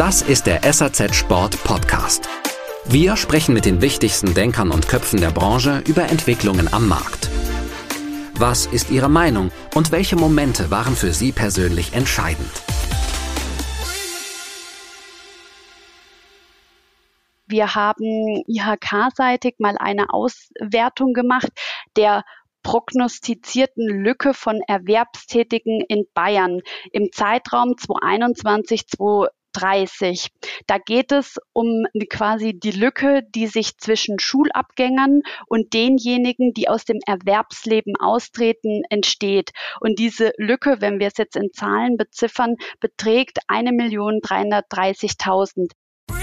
Das ist der SAZ Sport Podcast. Wir sprechen mit den wichtigsten Denkern und Köpfen der Branche über Entwicklungen am Markt. Was ist Ihre Meinung und welche Momente waren für Sie persönlich entscheidend? Wir haben IHK-seitig mal eine Auswertung gemacht der prognostizierten Lücke von Erwerbstätigen in Bayern im Zeitraum 2021-2030. Da geht es um quasi die Lücke, die sich zwischen Schulabgängern und denjenigen, die aus dem Erwerbsleben austreten, entsteht. Und diese Lücke, wenn wir es jetzt in Zahlen beziffern, beträgt 1.330.000.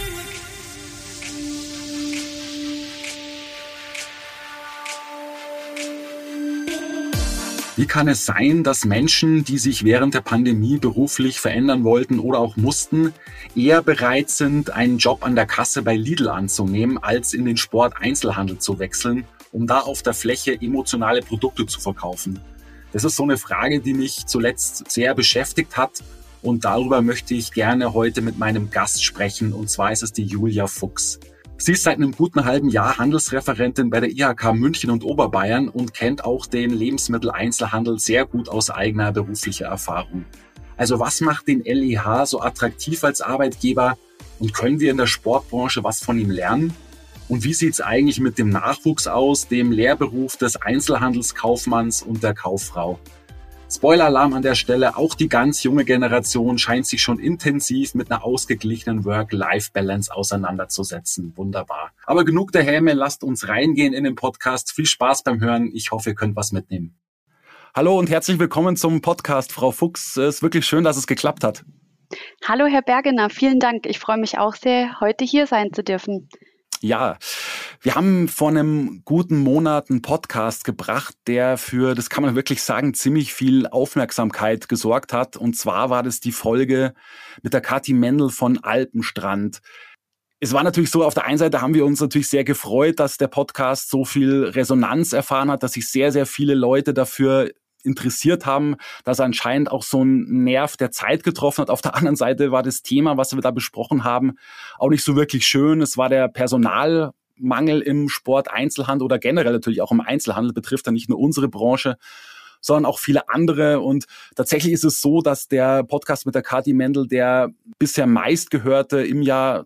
Wie kann es sein, dass Menschen, die sich während der Pandemie beruflich verändern wollten oder auch mussten, eher bereit sind, einen Job an der Kasse bei Lidl anzunehmen, als in den Sport-Einzelhandel zu wechseln, um da auf der Fläche emotionale Produkte zu verkaufen? Das ist so eine Frage, die mich zuletzt sehr beschäftigt hat, und darüber möchte ich gerne heute mit meinem Gast sprechen, und zwar ist es die Julia Fuchs. Sie ist seit einem guten halben Jahr Handelsreferentin bei der IHK München und Oberbayern und kennt auch den Lebensmitteleinzelhandel sehr gut aus eigener beruflicher Erfahrung. Also was macht den LEH so attraktiv als Arbeitgeber, und können wir in der Sportbranche was von ihm lernen? Und wie sieht es eigentlich mit dem Nachwuchs aus, dem Lehrberuf des Einzelhandelskaufmanns und der Kauffrau? Spoiler-Alarm an der Stelle, auch die ganz junge Generation scheint sich schon intensiv mit einer ausgeglichenen Work-Life-Balance auseinanderzusetzen. Wunderbar. Aber genug der Häme, lasst uns reingehen in den Podcast. Viel Spaß beim Hören. Ich hoffe, ihr könnt was mitnehmen. Hallo und herzlich willkommen zum Podcast, Frau Fuchs. Es ist wirklich schön, dass es geklappt hat. Hallo, Herr Bergener. Vielen Dank. Ich freue mich auch sehr, heute hier sein zu dürfen. Ja, wir haben vor einem guten Monat einen Podcast gebracht, der für, das kann man wirklich sagen, ziemlich viel Aufmerksamkeit gesorgt hat. Und zwar war das die Folge mit der Kathi Mendel von Alpenstrand. Es war natürlich so, auf der einen Seite haben wir uns natürlich sehr gefreut, dass der Podcast so viel Resonanz erfahren hat, dass sich sehr, sehr viele Leute dafür interessiert haben, dass anscheinend auch so ein Nerv der Zeit getroffen hat. Auf der anderen Seite war das Thema, was wir da besprochen haben, auch nicht so wirklich schön. Es war der Personalmangel im Sport-Einzelhandel oder generell natürlich auch im Einzelhandel, betrifft ja nicht nur unsere Branche, sondern auch viele andere. Und tatsächlich ist es so, dass der Podcast mit der Kathi Mendel der bisher meistgehörte im Jahr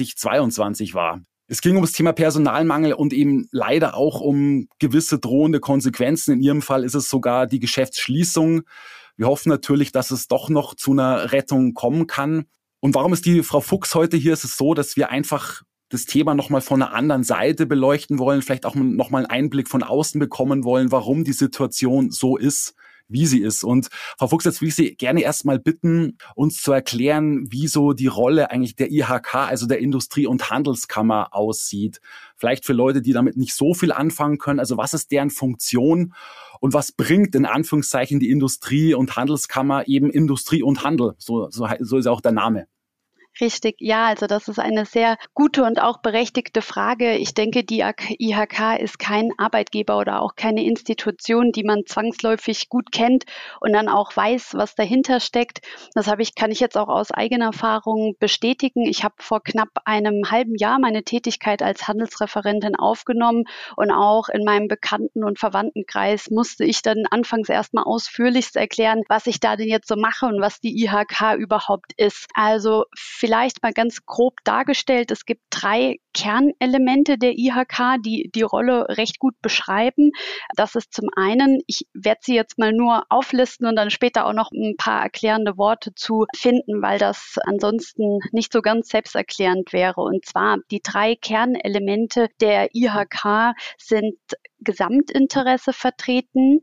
2022 war. Es ging um das Thema Personalmangel und eben leider auch um gewisse drohende Konsequenzen. In ihrem Fall ist es sogar die Geschäftsschließung. Wir hoffen natürlich, dass es doch noch zu einer Rettung kommen kann. Und warum ist die Frau Fuchs heute hier? Es ist so, dass wir einfach das Thema nochmal von einer anderen Seite beleuchten wollen, vielleicht auch nochmal einen Einblick von außen bekommen wollen, warum die Situation so ist, wie sie ist. Und Frau Fuchs, jetzt will ich Sie gerne erstmal bitten, uns zu erklären, wie so die Rolle eigentlich der IHK, also der Industrie- und Handelskammer, aussieht. Vielleicht für Leute, die damit nicht so viel anfangen können. Also was ist deren Funktion und was bringt in Anführungszeichen die Industrie- und Handelskammer eben Industrie und Handel? So ist auch der Name. Richtig, ja, also das ist eine sehr gute und auch berechtigte Frage. Ich denke, die IHK ist kein Arbeitgeber oder auch keine Institution, die man zwangsläufig gut kennt und dann auch weiß, was dahinter steckt. Kann ich jetzt auch aus eigener Erfahrung bestätigen. Ich habe vor knapp einem halben Jahr meine Tätigkeit als Handelsreferentin aufgenommen und auch in meinem Bekannten- und Verwandtenkreis musste ich dann anfangs erstmal ausführlichst erklären, was ich da denn jetzt so mache und was die IHK überhaupt ist. Also vielleicht mal ganz grob dargestellt, es gibt 3 Kernelemente der IHK, die die Rolle recht gut beschreiben. Das ist zum einen, ich werde sie jetzt mal nur auflisten und dann später auch noch ein paar erklärende Worte zu finden, weil das ansonsten nicht so ganz selbsterklärend wäre. Und zwar die 3 Kernelemente der IHK sind Gesamtinteresse vertreten,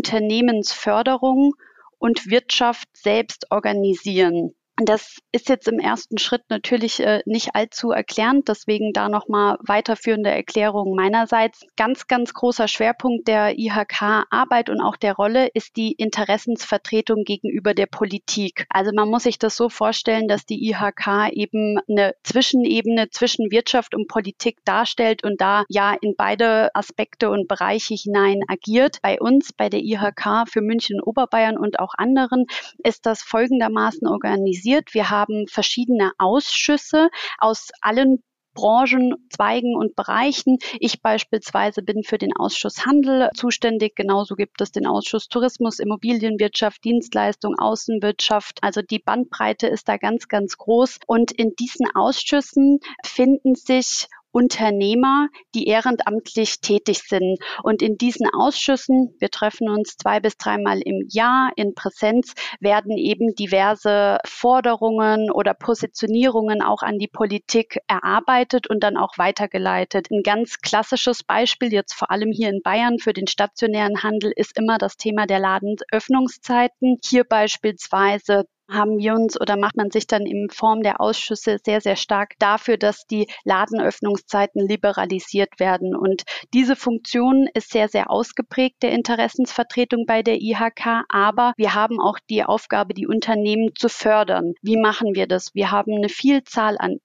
Unternehmensförderung und Wirtschaft selbst organisieren. Das ist jetzt im ersten Schritt natürlich nicht allzu erklärend, deswegen da nochmal weiterführende Erklärungen meinerseits. Ganz, ganz großer Schwerpunkt der IHK-Arbeit und auch der Rolle ist die Interessensvertretung gegenüber der Politik. Also man muss sich das so vorstellen, dass die IHK eben eine Zwischenebene zwischen Wirtschaft und Politik darstellt und da ja in beide Aspekte und Bereiche hinein agiert. Bei uns, bei der IHK für München und Oberbayern und auch anderen, ist das folgendermaßen organisiert. organisiert. Wir haben verschiedene Ausschüsse aus allen Branchen, Zweigen und Bereichen. Ich beispielsweise bin für den Ausschuss Handel zuständig. Genauso gibt es den Ausschuss Tourismus, Immobilienwirtschaft, Dienstleistung, Außenwirtschaft. Also die Bandbreite ist da ganz, ganz groß. Und in diesen Ausschüssen finden sich Unternehmer, die ehrenamtlich tätig sind. Und in diesen Ausschüssen, wir treffen uns 2 bis 3 Mal im Jahr in Präsenz, werden eben diverse Forderungen oder Positionierungen auch an die Politik erarbeitet und dann auch weitergeleitet. Ein ganz klassisches Beispiel, jetzt vor allem hier in Bayern für den stationären Handel, ist immer das Thema der Ladenöffnungszeiten. Hier beispielsweise haben wir uns oder macht man sich dann in Form der Ausschüsse sehr, sehr stark dafür, dass die Ladenöffnungszeiten liberalisiert werden. Und diese Funktion ist sehr, sehr ausgeprägt der Interessensvertretung bei der IHK. Aber wir haben auch die Aufgabe, die Unternehmen zu fördern. Wie machen wir das? Wir haben eine Vielzahl an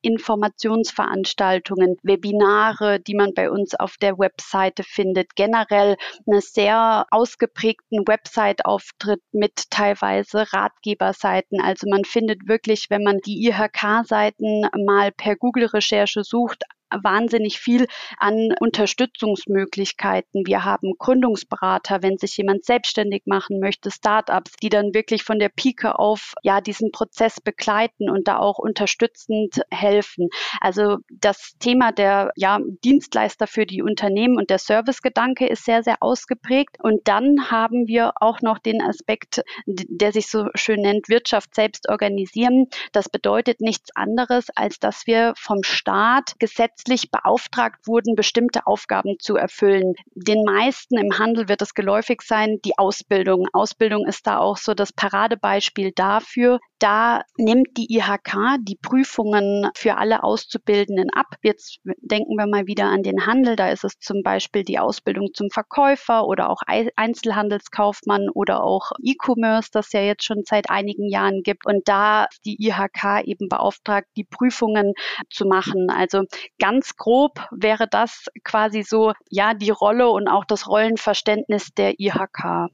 Informationsveranstaltungen, Webinare, die man bei uns auf der Webseite findet. Generell einen sehr ausgeprägten Website-Auftritt mit teilweise Ratgeberseiten. Also man findet wirklich, wenn man die IHK-Seiten mal per Google-Recherche sucht, wahnsinnig viel an Unterstützungsmöglichkeiten. Wir haben Gründungsberater, wenn sich jemand selbstständig machen möchte, Startups, die dann wirklich von der Pike auf diesen Prozess begleiten und da auch unterstützend helfen. Also das Thema der Dienstleister für die Unternehmen und der Servicegedanke ist sehr, sehr ausgeprägt. Und dann haben wir auch noch den Aspekt, der sich so schön nennt, Wirtschaft selbst organisieren. Das bedeutet nichts anderes, als dass wir vom Staat gesetzlich beauftragt wurden, bestimmte Aufgaben zu erfüllen. Den meisten im Handel wird es geläufig sein, die Ausbildung. Ausbildung ist da auch so das Paradebeispiel dafür. Da nimmt die IHK die Prüfungen für alle Auszubildenden ab. Jetzt denken wir mal wieder an den Handel. Da ist es zum Beispiel die Ausbildung zum Verkäufer oder auch Einzelhandelskaufmann oder auch E-Commerce, das ja jetzt schon seit einigen Jahren gibt. Und da ist die IHK eben beauftragt, die Prüfungen zu machen. Also ganz grob wäre das quasi so, die Rolle und auch das Rollenverständnis der IHK.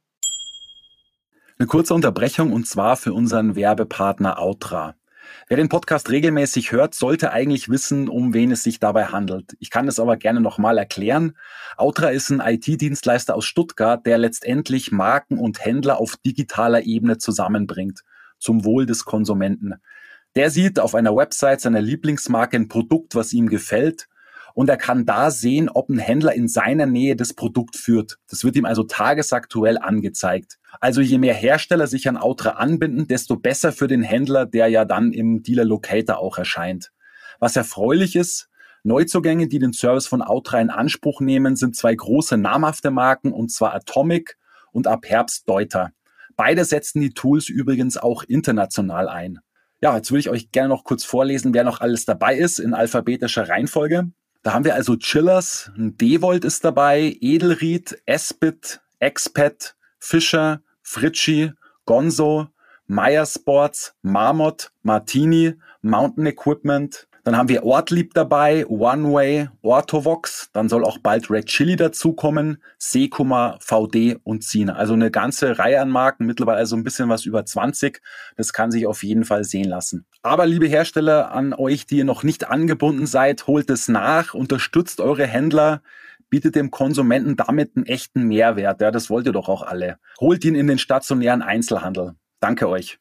Eine kurze Unterbrechung und zwar für unseren Werbepartner Outra. Wer den Podcast regelmäßig hört, sollte eigentlich wissen, um wen es sich dabei handelt. Ich kann es aber gerne nochmal erklären. Outra ist ein IT-Dienstleister aus Stuttgart, der letztendlich Marken und Händler auf digitaler Ebene zusammenbringt, zum Wohl des Konsumenten. Der sieht auf einer Website seiner Lieblingsmarke ein Produkt, was ihm gefällt, und er kann da sehen, ob ein Händler in seiner Nähe das Produkt führt. Das wird ihm also tagesaktuell angezeigt. Also je mehr Hersteller sich an Outra anbinden, desto besser für den Händler, der ja dann im Dealer Locator auch erscheint. Was erfreulich ist, Neuzugänge, die den Service von Outra in Anspruch nehmen, sind 2 große namhafte Marken, und zwar Atomic und ab Herbst Deuter. Beide setzen die Tools übrigens auch international ein. Ja, jetzt würde ich euch gerne noch kurz vorlesen, wer noch alles dabei ist in alphabetischer Reihenfolge. Da haben wir also Chillers, Devolt ist dabei, Edelried, Espit, Expat, Fischer, Fritschi, Gonzo, Meyer Sports, Marmot, Martini, Mountain Equipment. Dann haben wir Ortlieb dabei, OneWay, Orthovox. Dann soll auch bald Red Chili dazukommen, Secuma, VD und Cine. Also eine ganze Reihe an Marken, mittlerweile also ein bisschen was über 20. Das kann sich auf jeden Fall sehen lassen. Aber liebe Hersteller, an euch, die ihr noch nicht angebunden seid, holt es nach, unterstützt eure Händler, bietet dem Konsumenten damit einen echten Mehrwert. Ja, das wollt ihr doch auch alle. Holt ihn in den stationären Einzelhandel. Danke euch.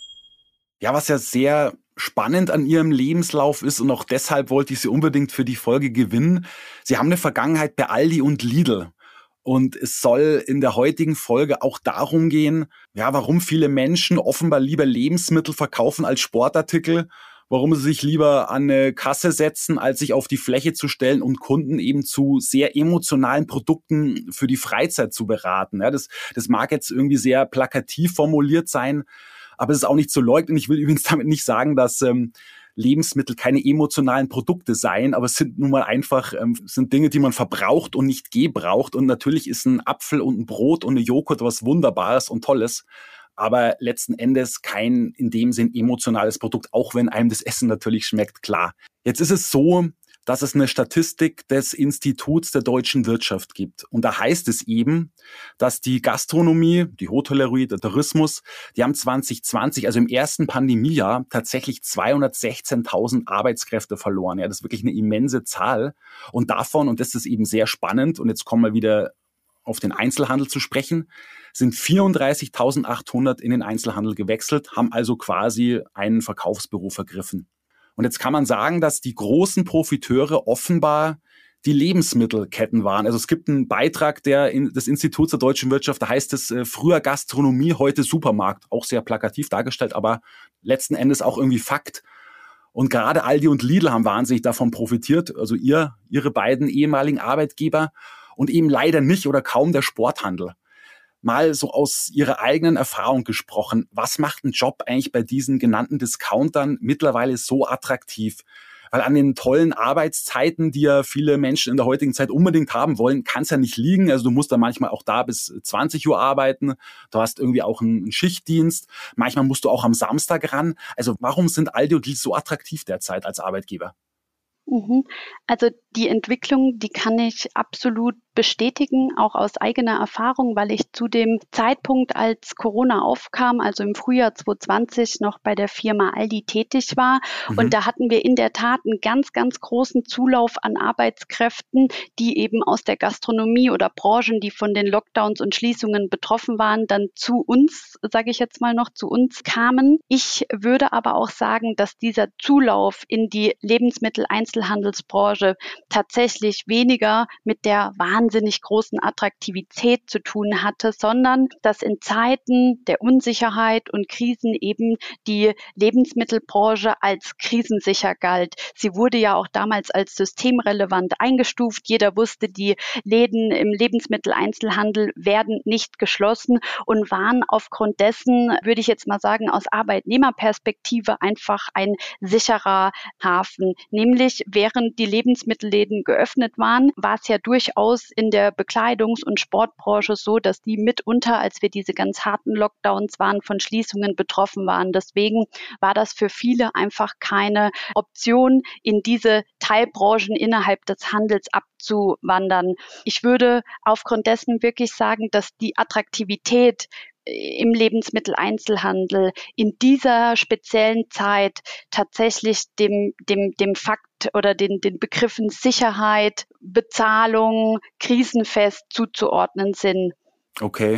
Ja, was ja sehr spannend an ihrem Lebenslauf ist, und auch deshalb wollte ich sie unbedingt für die Folge gewinnen. Sie haben eine Vergangenheit bei Aldi und Lidl. Und es soll in der heutigen Folge auch darum gehen, warum viele Menschen offenbar lieber Lebensmittel verkaufen als Sportartikel, warum sie sich lieber an eine Kasse setzen, als sich auf die Fläche zu stellen und Kunden eben zu sehr emotionalen Produkten für die Freizeit zu beraten. Ja, das mag jetzt irgendwie sehr plakativ formuliert sein, aber es ist auch nicht zu leugnen. Ich will übrigens damit nicht sagen, dass Lebensmittel keine emotionalen Produkte seien, aber es sind nun mal einfach sind Dinge, die man verbraucht und nicht gebraucht. Und natürlich ist ein Apfel und ein Brot und eine Joghurt was Wunderbares und Tolles, aber letzten Endes kein in dem Sinn emotionales Produkt, auch wenn einem das Essen natürlich schmeckt, klar. Jetzt ist es so, dass es eine Statistik des Instituts der deutschen Wirtschaft gibt. Und da heißt es eben, dass die Gastronomie, die Hotellerie, der Tourismus, die haben 2020, also im ersten Pandemiejahr, tatsächlich 216.000 Arbeitskräfte verloren. Ja, das ist wirklich eine immense Zahl. Und davon, und das ist eben sehr spannend, und jetzt kommen wir wieder auf den Einzelhandel zu sprechen, sind 34.800 in den Einzelhandel gewechselt, haben also quasi einen Verkaufsberuf ergriffen. Und jetzt kann man sagen, dass die großen Profiteure offenbar die Lebensmittelketten waren. Also es gibt einen Beitrag des Instituts der deutschen Wirtschaft, da heißt es früher Gastronomie, heute Supermarkt. Auch sehr plakativ dargestellt, aber letzten Endes auch irgendwie Fakt. Und gerade Aldi und Lidl haben wahnsinnig davon profitiert, also ihre beiden ehemaligen Arbeitgeber, und eben leider nicht oder kaum der Sporthandel. Mal so aus Ihrer eigenen Erfahrung gesprochen, was macht ein Job eigentlich bei diesen genannten Discountern mittlerweile so attraktiv? Weil an den tollen Arbeitszeiten, die ja viele Menschen in der heutigen Zeit unbedingt haben wollen, kann es ja nicht liegen. Also du musst da manchmal auch da bis 20 Uhr arbeiten. Du hast irgendwie auch einen Schichtdienst. Manchmal musst du auch am Samstag ran. Also warum sind Aldi und Lidl so attraktiv derzeit als Arbeitgeber? Also die Entwicklung, die kann ich absolut bestätigen, auch aus eigener Erfahrung, weil ich zu dem Zeitpunkt, als Corona aufkam, also im Frühjahr 2020, noch bei der Firma Aldi tätig war. Und da hatten wir in der Tat einen ganz, ganz großen Zulauf an Arbeitskräften, die eben aus der Gastronomie oder Branchen, die von den Lockdowns und Schließungen betroffen waren, dann zu uns, sage ich jetzt mal noch, zu uns kamen. Ich würde aber auch sagen, dass dieser Zulauf in die Lebensmitteleinzelhandelsbranche tatsächlich weniger mit der wahnsinnig großen Attraktivität zu tun hatte, sondern dass in Zeiten der Unsicherheit und Krisen eben die Lebensmittelbranche als krisensicher galt. Sie wurde ja auch damals als systemrelevant eingestuft. Jeder wusste, die Läden im Lebensmitteleinzelhandel werden nicht geschlossen und waren aufgrund dessen, würde ich jetzt mal sagen, aus Arbeitnehmerperspektive einfach ein sicherer Hafen. Nämlich während die Lebensmittelläden geöffnet waren, war es ja durchaus in der Bekleidungs- und Sportbranche so, dass die mitunter, als wir diese ganz harten Lockdowns waren, von Schließungen betroffen waren. Deswegen war das für viele einfach keine Option, in diese Teilbranchen innerhalb des Handels abzuwandern. Ich würde aufgrund dessen wirklich sagen, dass die Attraktivität im Lebensmitteleinzelhandel in dieser speziellen Zeit tatsächlich dem Fakt oder den Begriffen Sicherheit, Bezahlung, krisenfest zuzuordnen sind. Okay.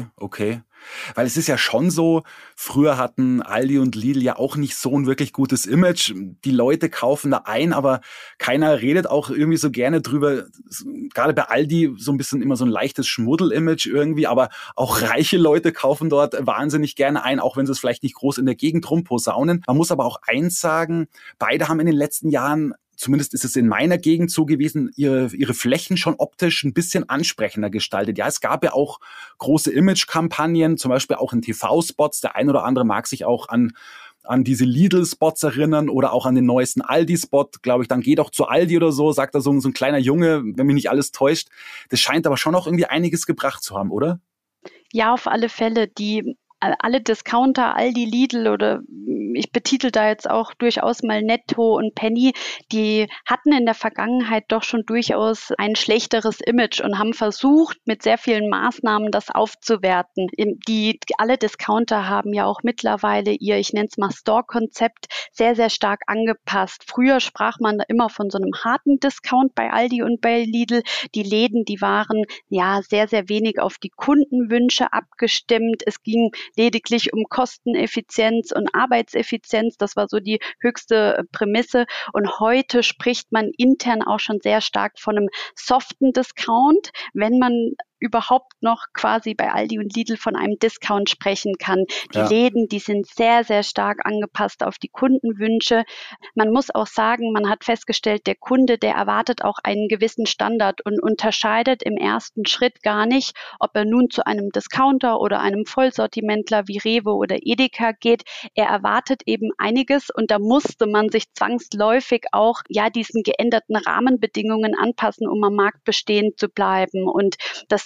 Weil es ist ja schon so, früher hatten Aldi und Lidl ja auch nicht so ein wirklich gutes Image. Die Leute kaufen da ein, aber keiner redet auch irgendwie so gerne drüber. Gerade bei Aldi so ein bisschen immer so ein leichtes Schmuddel-Image irgendwie, aber auch reiche Leute kaufen dort wahnsinnig gerne ein, auch wenn sie es vielleicht nicht groß in der Gegend rumposaunen. Man muss aber auch eins sagen, beide haben in den letzten Jahren, zumindest ist es in meiner Gegend so gewesen, ihre Flächen schon optisch ein bisschen ansprechender gestaltet. Ja, es gab ja auch große Image-Kampagnen, zum Beispiel auch in TV-Spots. Der ein oder andere mag sich auch an diese Lidl-Spots erinnern oder auch an den neuesten Aldi-Spot, glaube ich, dann geh doch zu Aldi oder so, sagt da so ein kleiner Junge, wenn mich nicht alles täuscht. Das scheint aber schon auch irgendwie einiges gebracht zu haben, oder? Ja, auf alle Fälle. Alle Discounter, Aldi, Lidl oder ich betitel da jetzt auch durchaus mal Netto und Penny, die hatten in der Vergangenheit doch schon durchaus ein schlechteres Image und haben versucht, mit sehr vielen Maßnahmen das aufzuwerten. Alle Discounter haben ja auch mittlerweile ich nenne es mal Store-Konzept, sehr, sehr stark angepasst. Früher sprach man da immer von so einem harten Discount bei Aldi und bei Lidl. Die Läden, die waren ja sehr, sehr wenig auf die Kundenwünsche abgestimmt. Es ging lediglich um Kosteneffizienz und Arbeitseffizienz. Das war so die höchste Prämisse. Und heute spricht man intern auch schon sehr stark von einem soften Discount, wenn man überhaupt noch quasi bei Aldi und Lidl von einem Discount sprechen kann. Die Läden, die sind sehr, sehr stark angepasst auf die Kundenwünsche. Man muss auch sagen, man hat festgestellt, der Kunde, der erwartet auch einen gewissen Standard und unterscheidet im ersten Schritt gar nicht, ob er nun zu einem Discounter oder einem Vollsortimentler wie Rewe oder Edeka geht. Er erwartet eben einiges und da musste man sich zwangsläufig auch diesen geänderten Rahmenbedingungen anpassen, um am Markt bestehen zu bleiben. Und das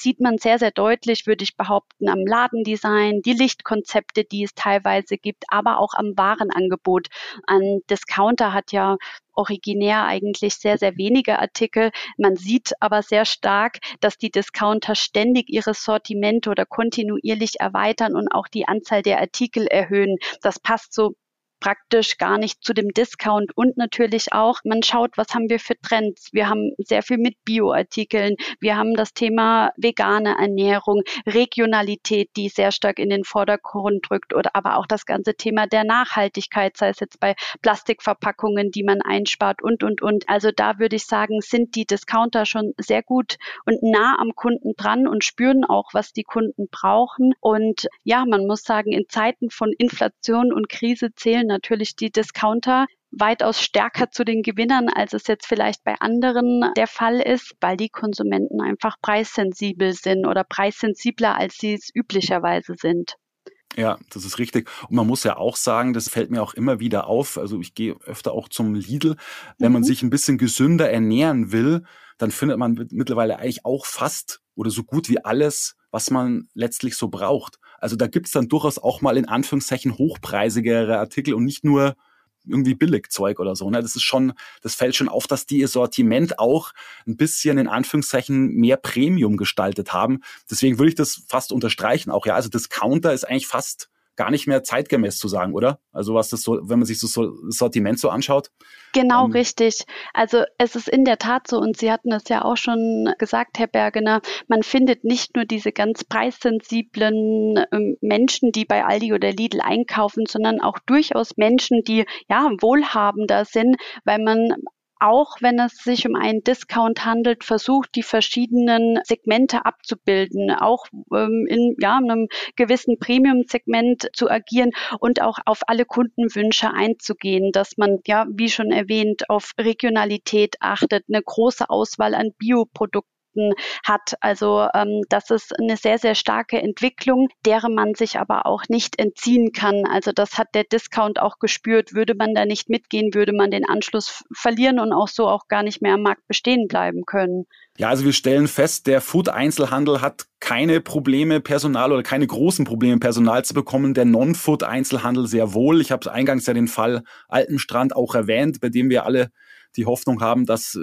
Das sieht man sehr, sehr deutlich, würde ich behaupten, am Ladendesign, die Lichtkonzepte, die es teilweise gibt, aber auch am Warenangebot. Ein Discounter hat ja originär eigentlich sehr, sehr wenige Artikel. Man sieht aber sehr stark, dass die Discounter ständig ihre Sortimente oder kontinuierlich erweitern und auch die Anzahl der Artikel erhöhen. Das passt so praktisch gar nicht zu dem Discount und natürlich auch, man schaut, was haben wir für Trends. Wir haben sehr viel mit Bioartikeln. Wir haben das Thema vegane Ernährung, Regionalität, die sehr stark in den Vordergrund rückt oder aber auch das ganze Thema der Nachhaltigkeit, sei es jetzt bei Plastikverpackungen, die man einspart und. Also da würde ich sagen, sind die Discounter schon sehr gut und nah am Kunden dran und spüren auch, was die Kunden brauchen. Und ja, man muss sagen, in Zeiten von Inflation und Krise zählen natürlich die Discounter weitaus stärker zu den Gewinnern, als es jetzt vielleicht bei anderen der Fall ist, weil die Konsumenten einfach preissensibel sind oder preissensibler, als sie es üblicherweise sind. Ja, das ist richtig. Und man muss ja auch sagen, das fällt mir auch immer wieder auf. Also ich gehe öfter auch zum Lidl. Wenn man sich ein bisschen gesünder ernähren will, dann findet man mittlerweile eigentlich auch fast oder so gut wie alles, was man letztlich so braucht. Also da gibt's dann durchaus auch mal in Anführungszeichen hochpreisigere Artikel und nicht nur irgendwie Billigzeug oder so. Ne? Das fällt schon auf, dass die ihr Sortiment auch ein bisschen in Anführungszeichen mehr Premium gestaltet haben. Deswegen würde ich das fast unterstreichen auch. Ja, also Discounter ist eigentlich fast gar nicht mehr zeitgemäß zu sagen, oder? Also was das so, wenn man sich das Sortiment so anschaut. Genau, richtig. Also es ist in der Tat so, und Sie hatten es ja auch schon gesagt, Herr Bergener, man findet nicht nur diese ganz preissensiblen Menschen, die bei Aldi oder Lidl einkaufen, sondern auch durchaus Menschen, die ja wohlhabender sind, weil man auch wenn es sich um einen Discount handelt, versucht, die verschiedenen Segmente abzubilden, auch in einem gewissen Premium-Segment zu agieren und auch auf alle Kundenwünsche einzugehen, dass man, ja, wie schon erwähnt, auf Regionalität achtet, eine große Auswahl an Bioprodukten hat. Also das ist eine sehr, sehr starke Entwicklung, deren man sich aber auch nicht entziehen kann. Also das hat der Discount auch gespürt. Würde man da nicht mitgehen, würde man den Anschluss verlieren und auch so auch gar nicht mehr am Markt bestehen bleiben können. Ja, also wir stellen fest, der Food-Einzelhandel hat keine Probleme, Personal oder keine großen Probleme, Personal zu bekommen. Der Non-Food-Einzelhandel sehr wohl. Ich habe eingangs ja den Fall Alpenstrand auch erwähnt, bei dem wir alle die Hoffnung haben, dass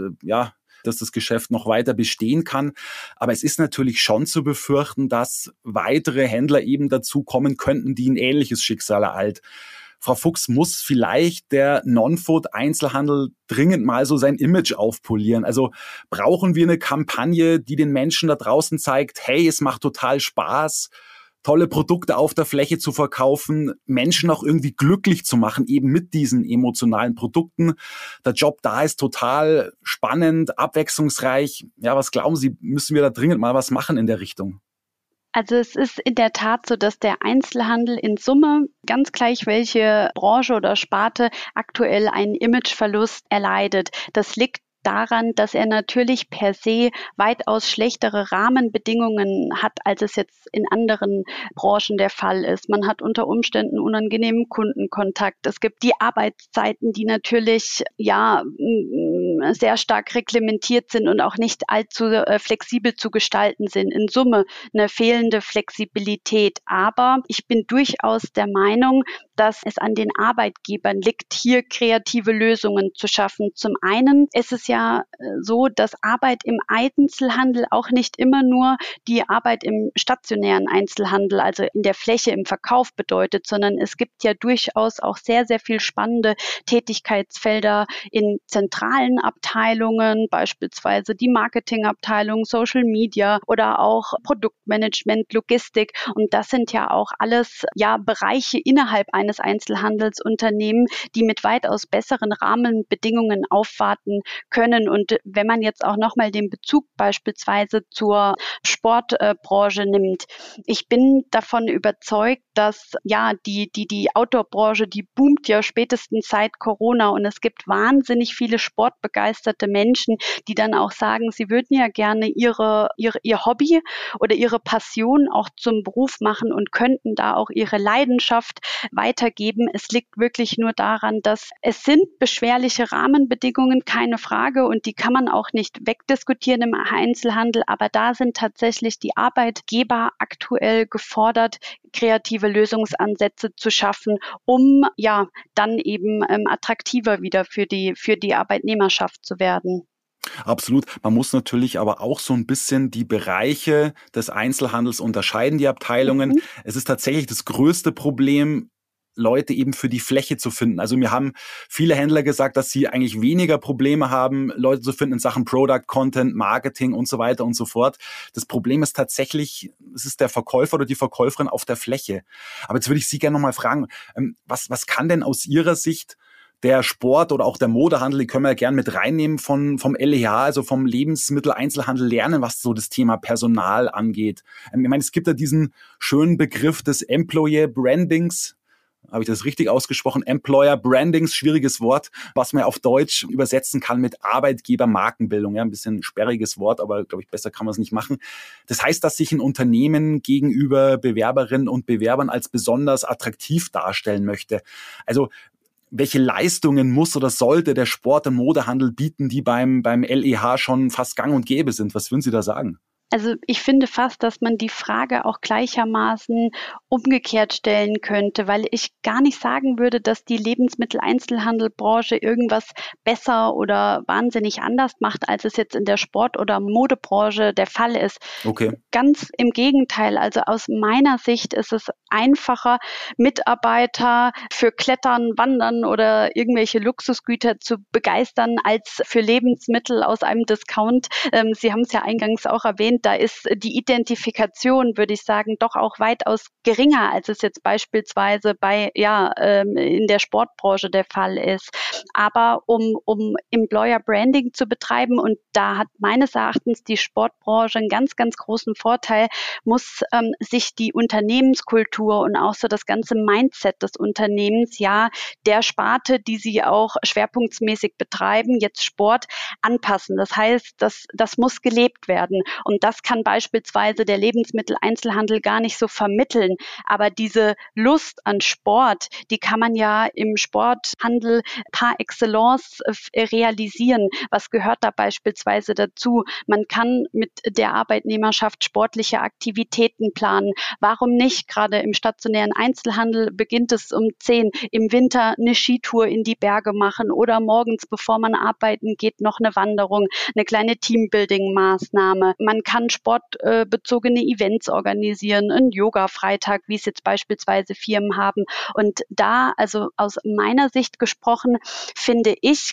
das Geschäft noch weiter bestehen kann. Aber es ist natürlich schon zu befürchten, dass weitere Händler eben dazu kommen könnten, die ein ähnliches Schicksal ereilt. Frau Fuchs, muss vielleicht der Non-Food-Einzelhandel dringend mal so sein Image aufpolieren? Also brauchen wir eine Kampagne, die den Menschen da draußen zeigt, hey, es macht total Spaß, tolle Produkte auf der Fläche zu verkaufen, Menschen auch irgendwie glücklich zu machen, eben mit diesen emotionalen Produkten. Der Job da ist total spannend, abwechslungsreich. Ja, was glauben Sie, müssen wir da dringend mal was machen in der Richtung? Also es ist in der Tat so, dass der Einzelhandel in Summe, ganz gleich welche Branche oder Sparte, aktuell einen Imageverlust erleidet. Das liegt daran, dass er natürlich per se weitaus schlechtere Rahmenbedingungen hat, als es jetzt in anderen Branchen der Fall ist. Man hat unter Umständen unangenehmen Kundenkontakt. Es gibt die Arbeitszeiten, die natürlich sehr stark reglementiert sind und auch nicht allzu flexibel zu gestalten sind. In Summe eine fehlende Flexibilität. Aber ich bin durchaus der Meinung, dass es an den Arbeitgebern liegt, hier kreative Lösungen zu schaffen. Zum einen ist es ja so, dass Arbeit im Einzelhandel auch nicht immer nur die Arbeit im stationären Einzelhandel, also in der Fläche im Verkauf bedeutet, sondern es gibt ja durchaus auch sehr, sehr viel spannende Tätigkeitsfelder in zentralen Abteilungen, beispielsweise die Marketingabteilung, Social Media oder auch Produktmanagement, Logistik. Und das sind ja auch alles Bereiche innerhalb eines Einzelhandelsunternehmens, die mit weitaus besseren Rahmenbedingungen aufwarten können. Und wenn man jetzt auch nochmal den Bezug beispielsweise zur Sportbranche nimmt, ich bin davon überzeugt, dass die Outdoor-Branche, die boomt ja spätestens seit Corona und es gibt wahnsinnig viele Sportbegeisterte begeisterte Menschen, die dann auch sagen, sie würden ja gerne ihr Hobby oder ihre Passion auch zum Beruf machen und könnten da auch ihre Leidenschaft weitergeben. Es liegt wirklich nur daran, dass es sind beschwerliche Rahmenbedingungen, keine Frage, und die kann man auch nicht wegdiskutieren im Einzelhandel, aber da sind tatsächlich die Arbeitgeber aktuell gefordert, kreative Lösungsansätze zu schaffen, um ja dann eben attraktiver wieder für die Arbeitnehmerschaft zu werden. Absolut. Man muss natürlich aber auch so ein bisschen die Bereiche des Einzelhandels unterscheiden, die Abteilungen. Mhm. Es ist tatsächlich das größte Problem, Leute eben für die Fläche zu finden. Also mir haben viele Händler gesagt, dass sie eigentlich weniger Probleme haben, Leute zu finden in Sachen Product, Content, Marketing und so weiter und so fort. Das Problem ist tatsächlich, es ist der Verkäufer oder die Verkäuferin auf der Fläche. Aber jetzt würde ich Sie gerne nochmal fragen, was kann denn aus Ihrer Sicht der Sport oder auch der Modehandel, die können wir ja gern mit reinnehmen vom LEH, also vom Lebensmitteleinzelhandel lernen, was so das Thema Personal angeht. Ich meine, es gibt ja diesen schönen Begriff des Employer Brandings. Habe ich das richtig ausgesprochen? Employer Brandings, schwieriges Wort, was man auf Deutsch übersetzen kann mit Arbeitgebermarkenbildung. Ja, ein bisschen sperriges Wort, aber glaube ich, besser kann man es nicht machen. Das heißt, dass sich ein Unternehmen gegenüber Bewerberinnen und Bewerbern als besonders attraktiv darstellen möchte. Also welche Leistungen muss oder sollte der Sport- und Modehandel bieten, die beim LEH schon fast gang und gäbe sind? Was würden Sie da sagen? Also ich finde fast, dass man die Frage auch gleichermaßen umgekehrt stellen könnte, weil ich gar nicht sagen würde, dass die Lebensmitteleinzelhandelbranche irgendwas besser oder wahnsinnig anders macht, als es jetzt in der Sport- oder Modebranche der Fall ist. Okay. Ganz im Gegenteil. Also aus meiner Sicht ist es einfacher, Mitarbeiter für Klettern, Wandern oder irgendwelche Luxusgüter zu begeistern, als für Lebensmittel aus einem Discount. Sie haben es ja eingangs auch erwähnt, da ist die Identifikation, würde ich sagen, doch auch weitaus geringer, als es jetzt beispielsweise in der Sportbranche der Fall ist. Aber um Employer Branding zu betreiben, und da hat meines Erachtens die Sportbranche einen ganz, ganz großen Vorteil, muss sich die Unternehmenskultur und auch so das ganze Mindset des Unternehmens, ja, der Sparte, die sie auch schwerpunktmäßig betreiben, jetzt Sport, anpassen. Das heißt, das muss gelebt werden. Und das kann beispielsweise der Lebensmitteleinzelhandel gar nicht so vermitteln. Aber diese Lust an Sport, die kann man ja im Sporthandel par excellence realisieren. Was gehört da beispielsweise dazu? Man kann mit der Arbeitnehmerschaft sportliche Aktivitäten planen. Warum nicht? Gerade im stationären Einzelhandel beginnt es um 10, im Winter eine Skitour in die Berge machen oder morgens, bevor man arbeiten geht, noch eine Wanderung, eine kleine Teambuilding-Maßnahme. Man kann sportbezogene Events organisieren, einen Yoga-Freitag, wie es jetzt beispielsweise Firmen haben. Und da, also aus meiner Sicht gesprochen, finde ich,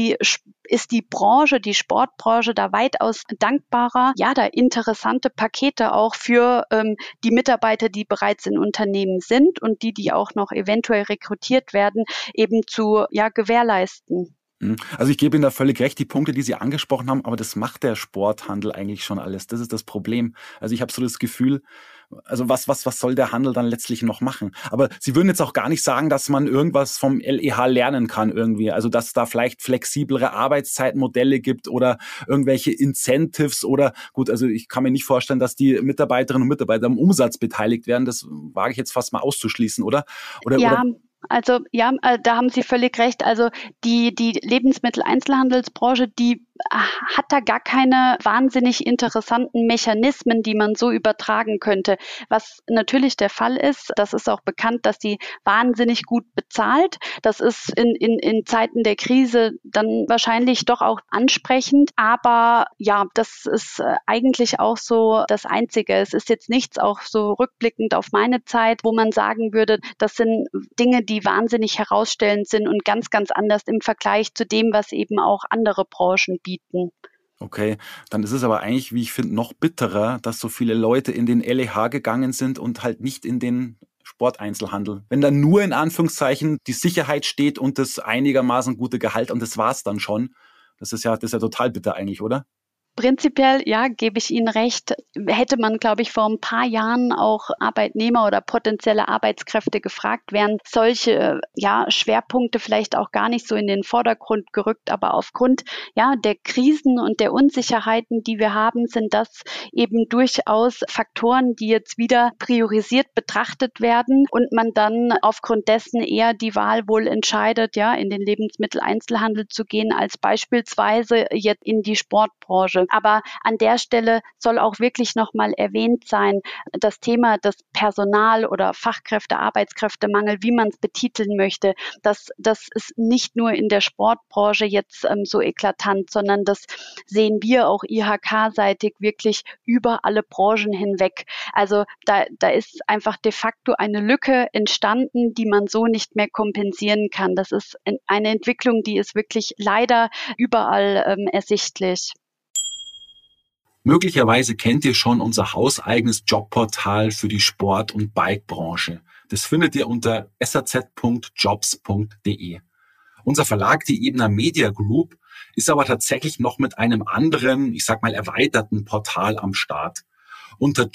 ist die Branche, die Sportbranche da weitaus dankbarer, ja, da interessante Pakete auch für die Mitarbeiter, die bereits in Unternehmen sind und die auch noch eventuell rekrutiert werden, eben zu gewährleisten. Also ich gebe Ihnen da völlig recht, die Punkte, die Sie angesprochen haben, aber das macht der Sporthandel eigentlich schon alles. Das ist das Problem. Also ich habe so das Gefühl, also was soll der Handel dann letztlich noch machen? Aber Sie würden jetzt auch gar nicht sagen, dass man irgendwas vom LEH lernen kann irgendwie. Also dass da vielleicht flexiblere Arbeitszeitmodelle gibt oder irgendwelche Incentives oder gut, also ich kann mir nicht vorstellen, dass die Mitarbeiterinnen und Mitarbeiter am Umsatz beteiligt werden. Das wage ich jetzt fast mal auszuschließen, oder? Ja. Oder Also ja, da haben Sie völlig recht. Also die Lebensmitteleinzelhandelsbranche, die hat da gar keine wahnsinnig interessanten Mechanismen, die man so übertragen könnte. Was natürlich der Fall ist, das ist auch bekannt, dass die wahnsinnig gut bezahlt. Das ist in Zeiten der Krise dann wahrscheinlich doch auch ansprechend. Aber ja, das ist eigentlich auch so das Einzige. Es ist jetzt nichts auch so rückblickend auf meine Zeit, wo man sagen würde, das sind Dinge, die wahnsinnig herausstellend sind und ganz, ganz anders im Vergleich zu dem, was eben auch andere Branchen bieten. okay, dann ist es aber eigentlich, wie ich finde, noch bitterer, dass so viele Leute in den LEH gegangen sind und halt nicht in den Sporteinzelhandel. Wenn da nur in Anführungszeichen die Sicherheit steht und das einigermaßen gute Gehalt und das war's dann schon. Das ist ja total bitter eigentlich, oder? Prinzipiell, ja, gebe ich Ihnen recht. Hätte man, glaube ich, vor ein paar Jahren auch Arbeitnehmer oder potenzielle Arbeitskräfte gefragt, wären solche Schwerpunkte vielleicht auch gar nicht so in den Vordergrund gerückt. Aber aufgrund der Krisen und der Unsicherheiten, die wir haben, sind das eben durchaus Faktoren, die jetzt wieder priorisiert betrachtet werden und man dann aufgrund dessen eher die Wahl wohl entscheidet, in den Lebensmitteleinzelhandel zu gehen, als beispielsweise jetzt in die Sportbranche. Aber an der Stelle soll auch wirklich nochmal erwähnt sein, das Thema des Personal- oder Fachkräfte-, Arbeitskräftemangel, wie man es betiteln möchte, das ist nicht nur in der Sportbranche jetzt so eklatant, sondern das sehen wir auch IHK-seitig wirklich über alle Branchen hinweg. Also da ist einfach de facto eine Lücke entstanden, die man so nicht mehr kompensieren kann. Das ist eine Entwicklung, die ist wirklich leider überall ersichtlich. Möglicherweise kennt ihr schon unser hauseigenes Jobportal für die Sport- und Bikebranche. Das findet ihr unter saz.jobs.de. Unser Verlag, die Ebner Media Group, ist aber tatsächlich noch mit einem anderen, erweiterten Portal am Start. Unter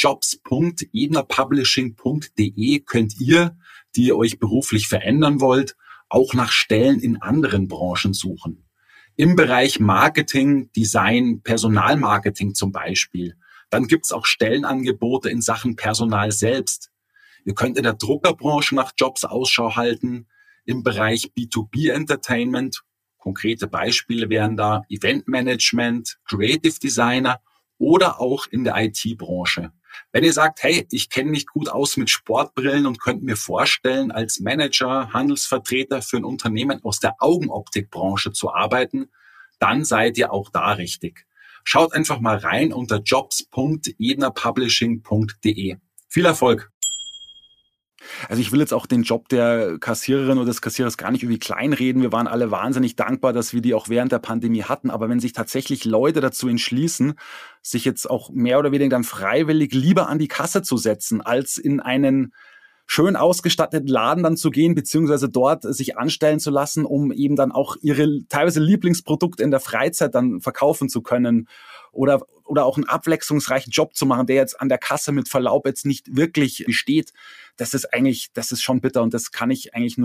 jobs.ebnerpublishing.de könnt ihr, die ihr euch beruflich verändern wollt, auch nach Stellen in anderen Branchen suchen. Im Bereich Marketing, Design, Personalmarketing zum Beispiel. Dann gibt's auch Stellenangebote in Sachen Personal selbst. Ihr könnt in der Druckerbranche nach Jobs Ausschau halten, im Bereich B2B Entertainment. Konkrete Beispiele wären da Eventmanagement, Creative Designer oder auch in der IT-Branche. Wenn ihr sagt, hey, ich kenne mich gut aus mit Sportbrillen und könnt mir vorstellen, als Manager, Handelsvertreter für ein Unternehmen aus der Augenoptikbranche zu arbeiten, dann seid ihr auch da richtig. Schaut einfach mal rein unter jobs.ebnerpublishing.de. Viel Erfolg! Also ich will jetzt auch den Job der Kassiererin oder des Kassierers gar nicht irgendwie kleinreden. Wir waren alle wahnsinnig dankbar, dass wir die auch während der Pandemie hatten. Aber wenn sich tatsächlich Leute dazu entschließen, sich jetzt auch mehr oder weniger dann freiwillig lieber an die Kasse zu setzen, als in einen schön ausgestatteten Laden dann zu gehen, beziehungsweise dort sich anstellen zu lassen, um eben dann auch ihre teilweise Lieblingsprodukte in der Freizeit dann verkaufen zu können oder auch einen abwechslungsreichen Job zu machen, der jetzt an der Kasse mit Verlaub jetzt nicht wirklich besteht. Das ist schon bitter und das kann ich eigentlich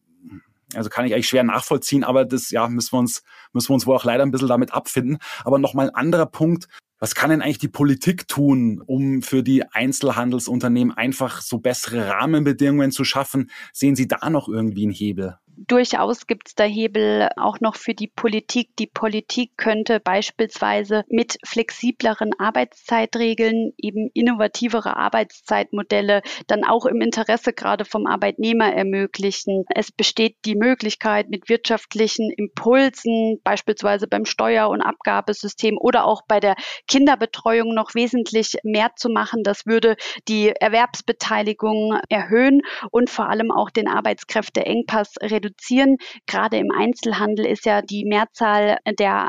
schwer nachvollziehen, aber das müssen wir uns wohl auch leider ein bisschen damit abfinden. Aber nochmal ein anderer Punkt: Was kann denn eigentlich die Politik tun, um für die Einzelhandelsunternehmen einfach so bessere Rahmenbedingungen zu schaffen? Sehen Sie da noch irgendwie einen Hebel? Durchaus gibt es da Hebel auch noch für die Politik. Die Politik könnte beispielsweise mit flexibleren Arbeitszeitregeln eben innovativere Arbeitszeitmodelle dann auch im Interesse gerade vom Arbeitnehmer ermöglichen. Es besteht die Möglichkeit, mit wirtschaftlichen Impulsen, beispielsweise beim Steuer- und Abgabesystem oder auch bei der Kinderbetreuung noch wesentlich mehr zu machen. Das würde die Erwerbsbeteiligung erhöhen und vor allem auch den Arbeitskräfteengpass reduzieren. Gerade im Einzelhandel ist ja die Mehrzahl der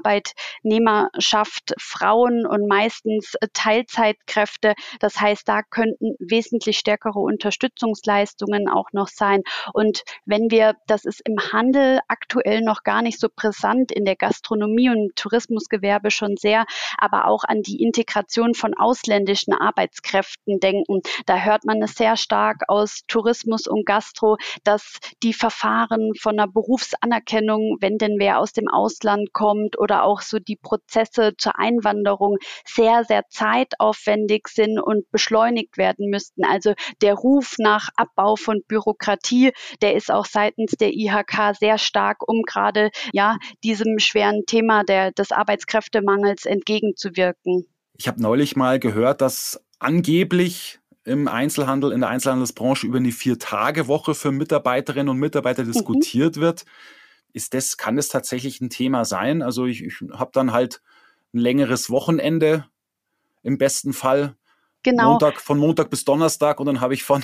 Arbeitnehmerschaft Frauen und meistens Teilzeitkräfte. Das heißt, da könnten wesentlich stärkere Unterstützungsleistungen auch noch sein. Und das ist im Handel aktuell noch gar nicht so brisant, in der Gastronomie und im Tourismusgewerbe schon sehr, aber auch an die Integration von ausländischen Arbeitskräften denken. Da hört man es sehr stark aus Tourismus und Gastro, dass die Verfahren von einer Berufsanerkennung, wenn denn wer aus dem Ausland kommt, oder auch so die Prozesse zur Einwanderung sehr, sehr zeitaufwendig sind und beschleunigt werden müssten. Also der Ruf nach Abbau von Bürokratie, der ist auch seitens der IHK sehr stark, um gerade diesem schweren Thema des Arbeitskräftemangels entgegenzuwirken. Ich habe neulich mal gehört, dass angeblich im Einzelhandel, in der Einzelhandelsbranche über eine 4-Tage-Woche für Mitarbeiterinnen und Mitarbeiter diskutiert wird. Kann das tatsächlich ein Thema sein? Also ich habe dann halt ein längeres Wochenende im besten Fall. Genau. Von Montag bis Donnerstag und dann habe ich von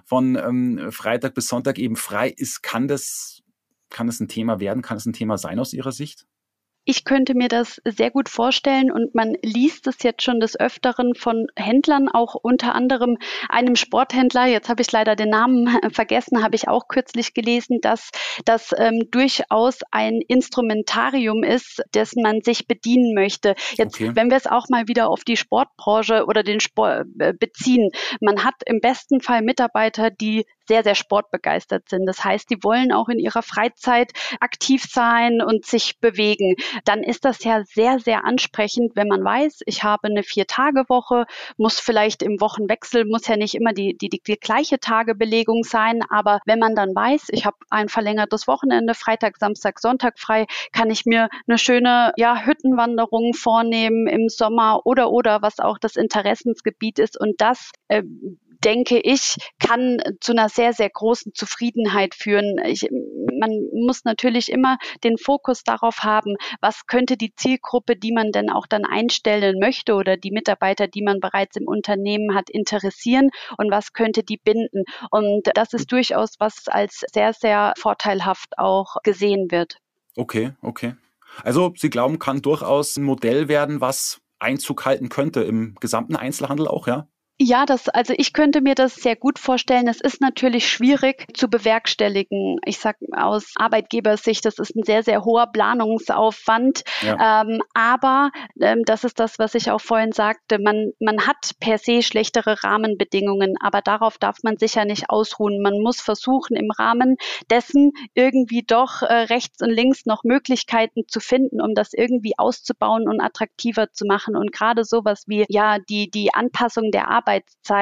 Freitag bis Sonntag eben frei. Kann das ein Thema werden? Kann es ein Thema sein aus Ihrer Sicht? Ich könnte mir das sehr gut vorstellen und man liest es jetzt schon des Öfteren von Händlern, auch unter anderem einem Sporthändler. Jetzt habe ich leider den Namen vergessen, habe ich auch kürzlich gelesen, dass das durchaus ein Instrumentarium ist, dessen man sich bedienen möchte. Jetzt, Okay. wenn wir es auch mal wieder auf die Sportbranche oder den Sport beziehen, man hat im besten Fall Mitarbeiter, die sehr, sehr sportbegeistert sind. Das heißt, die wollen auch in ihrer Freizeit aktiv sein und sich bewegen. Dann ist das ja sehr, sehr ansprechend, wenn man weiß, ich habe eine 4-Tage-Woche, muss vielleicht im Wochenwechsel, muss ja nicht immer die gleiche Tagebelegung sein, aber wenn man dann weiß, ich habe ein verlängertes Wochenende, Freitag, Samstag, Sonntag frei, kann ich mir eine schöne Hüttenwanderung vornehmen im Sommer oder was auch das Interessensgebiet ist und das denke ich, kann zu einer sehr, sehr großen Zufriedenheit führen. Man muss natürlich immer den Fokus darauf haben, was könnte die Zielgruppe, die man denn auch dann einstellen möchte oder die Mitarbeiter, die man bereits im Unternehmen hat, interessieren und was könnte die binden. Und das ist durchaus was als sehr, sehr vorteilhaft auch gesehen wird. Okay. Also Sie glauben, kann durchaus ein Modell werden, was Einzug halten könnte im gesamten Einzelhandel auch, ja? Ja, also ich könnte mir das sehr gut vorstellen. Es ist natürlich schwierig zu bewerkstelligen. Ich sage aus Arbeitgebersicht, das ist ein sehr, sehr hoher Planungsaufwand. Ja. Aber das ist das, was ich auch vorhin sagte. Man hat per se schlechtere Rahmenbedingungen, aber darauf darf man sich ja nicht ausruhen. Man muss versuchen, im Rahmen dessen irgendwie doch rechts und links noch Möglichkeiten zu finden, um das irgendwie auszubauen und attraktiver zu machen. Und gerade sowas wie die Anpassung der Arbeitszeiten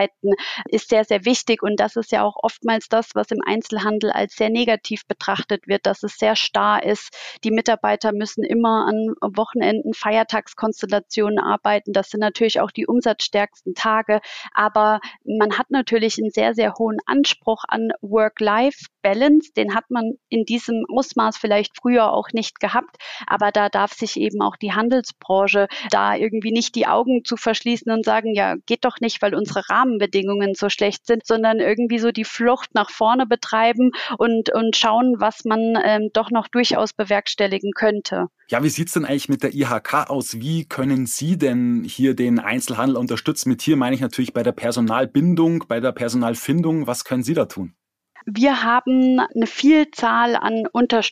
ist sehr, sehr wichtig und das ist ja auch oftmals das, was im Einzelhandel als sehr negativ betrachtet wird, dass es sehr starr ist. Die Mitarbeiter müssen immer an Wochenenden, Feiertagskonstellationen arbeiten. Das sind natürlich auch die umsatzstärksten Tage, aber man hat natürlich einen sehr, sehr hohen Anspruch an Work-Life-Balance. Den hat man in diesem Ausmaß vielleicht früher auch nicht gehabt, aber da darf sich eben auch die Handelsbranche da irgendwie nicht die Augen zu verschließen und sagen, ja, geht doch nicht, weil unsere Rahmenbedingungen so schlecht sind, sondern irgendwie so die Flucht nach vorne betreiben und schauen, was man doch noch durchaus bewerkstelligen könnte. Ja, wie sieht's denn eigentlich mit der IHK aus? Wie können Sie denn hier den Einzelhandel unterstützen? Mit hier meine ich natürlich bei der Personalbindung, bei der Personalfindung. Was können Sie da tun? Wir haben eine Vielzahl an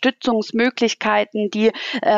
Unterstützungsmöglichkeiten, die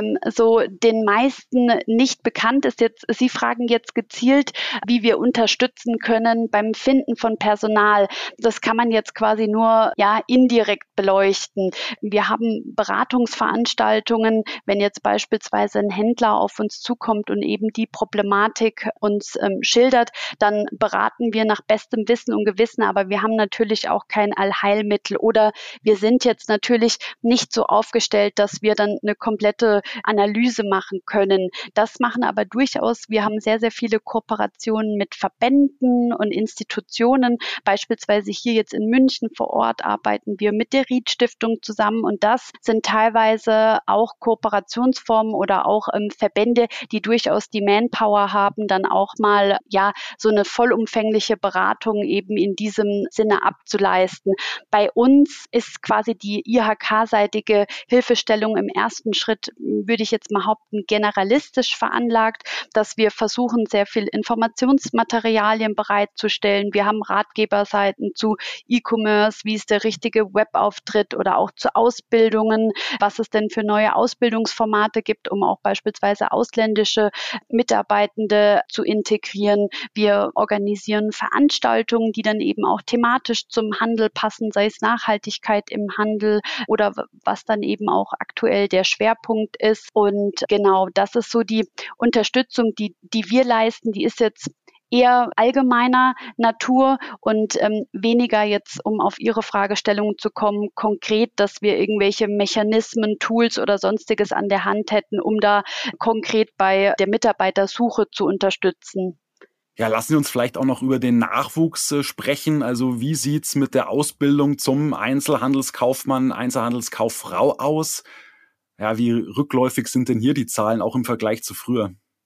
so den meisten nicht bekannt ist. Sie fragen jetzt gezielt, wie wir unterstützen können beim Finden von Personal. Das kann man jetzt quasi nur indirekt beleuchten. Wir haben Beratungsveranstaltungen, wenn jetzt beispielsweise ein Händler auf uns zukommt und eben die Problematik uns schildert, dann beraten wir nach bestem Wissen und Gewissen, aber wir haben natürlich auch kein Allheilmittel oder wir sind jetzt natürlich nicht so aufgestellt, dass wir dann eine komplette Analyse machen können. Das machen aber durchaus, wir haben sehr, sehr viele Kooperationen mit Verbänden und Institutionen, beispielsweise hier jetzt in München vor Ort arbeiten wir mit der Ried-Stiftung zusammen und das sind teilweise auch Kooperationsformen oder auch Verbände, die durchaus die Manpower haben, dann auch mal so eine vollumfängliche Beratung eben in diesem Sinne abzuleisten. Bei uns ist quasi die IHK-seitige Hilfestellung im ersten Schritt, würde ich jetzt mal behaupten, generalistisch veranlagt, dass wir versuchen, sehr viel Informationsmaterialien bereitzustellen. Wir haben Ratgeberseiten zu E-Commerce, wie ist der richtige Webauftritt oder auch zu Ausbildungen, was es denn für neue Ausbildungsformate gibt, um auch beispielsweise ausländische Mitarbeitende zu integrieren. Wir organisieren Veranstaltungen, die dann eben auch thematisch zum Handel passen, sei es Nachhaltigkeit im Handel oder was dann eben auch aktuell der Schwerpunkt ist. Und genau, das ist so die Unterstützung, die wir leisten. Die ist jetzt eher allgemeiner Natur und weniger jetzt, um auf Ihre Fragestellung zu kommen, konkret, dass wir irgendwelche Mechanismen, Tools oder Sonstiges an der Hand hätten, um da konkret bei der Mitarbeitersuche zu unterstützen. Ja, lassen Sie uns vielleicht auch noch über den Nachwuchs sprechen. Also wie sieht's mit der Ausbildung zum Einzelhandelskaufmann, Einzelhandelskauffrau aus? Ja, wie rückläufig sind denn hier die Zahlen auch im Vergleich zu früher?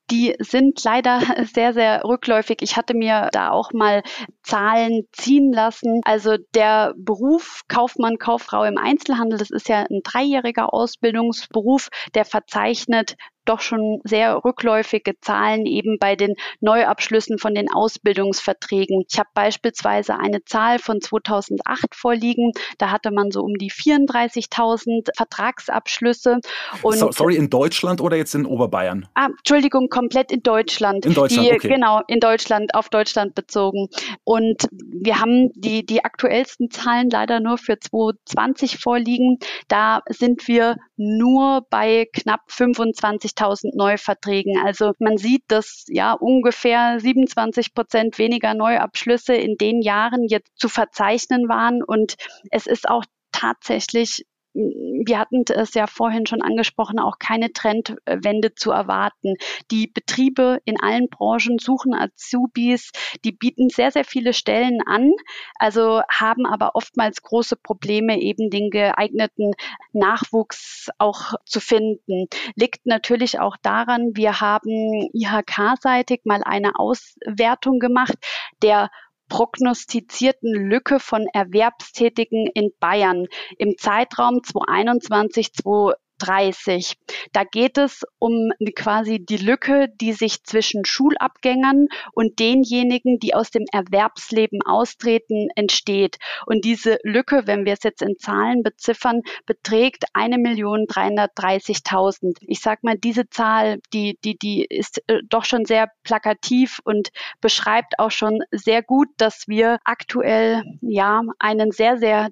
Die sind leider sehr, sehr rückläufig. Ich hatte mir da auch mal Zahlen ziehen lassen. Also der Beruf Kaufmann, Kauffrau im Einzelhandel, das ist ja ein 3-jähriger Ausbildungsberuf, der verzeichnet doch schon sehr rückläufige Zahlen eben bei den Neuabschlüssen von den Ausbildungsverträgen. Ich habe beispielsweise eine Zahl von 2008 vorliegen. Da hatte man so um die 34.000 Vertragsabschlüsse. Und Sorry, in Deutschland oder jetzt in Oberbayern? Entschuldigung, komplett in Deutschland. In Deutschland, okay. Genau, in Deutschland, auf Deutschland bezogen. Und wir haben die aktuellsten Zahlen leider nur für 2020 vorliegen. Da sind wir nur bei knapp 25.000 Neuverträgen. Also man sieht, dass ja ungefähr 27% weniger Neuabschlüsse in den Jahren jetzt zu verzeichnen waren. Und es ist auch tatsächlich, wir hatten es ja vorhin schon angesprochen, auch keine Trendwende zu erwarten. Die Betriebe in allen Branchen suchen Azubis, die bieten sehr, sehr viele Stellen an, also haben aber oftmals große Probleme, eben den geeigneten Nachwuchs auch zu finden. Liegt natürlich auch daran, wir haben IHK-seitig mal eine Auswertung gemacht, der prognostizierten Lücke von Erwerbstätigen in Bayern im Zeitraum 2021-2030. Da geht es um quasi die Lücke, die sich zwischen Schulabgängern und denjenigen, die aus dem Erwerbsleben austreten, entsteht. Und diese Lücke, wenn wir es jetzt in Zahlen beziffern, beträgt 1.330.000. Ich sag mal, diese Zahl, die ist doch schon sehr plakativ und beschreibt auch schon sehr gut, dass wir aktuell ja einen sehr, sehr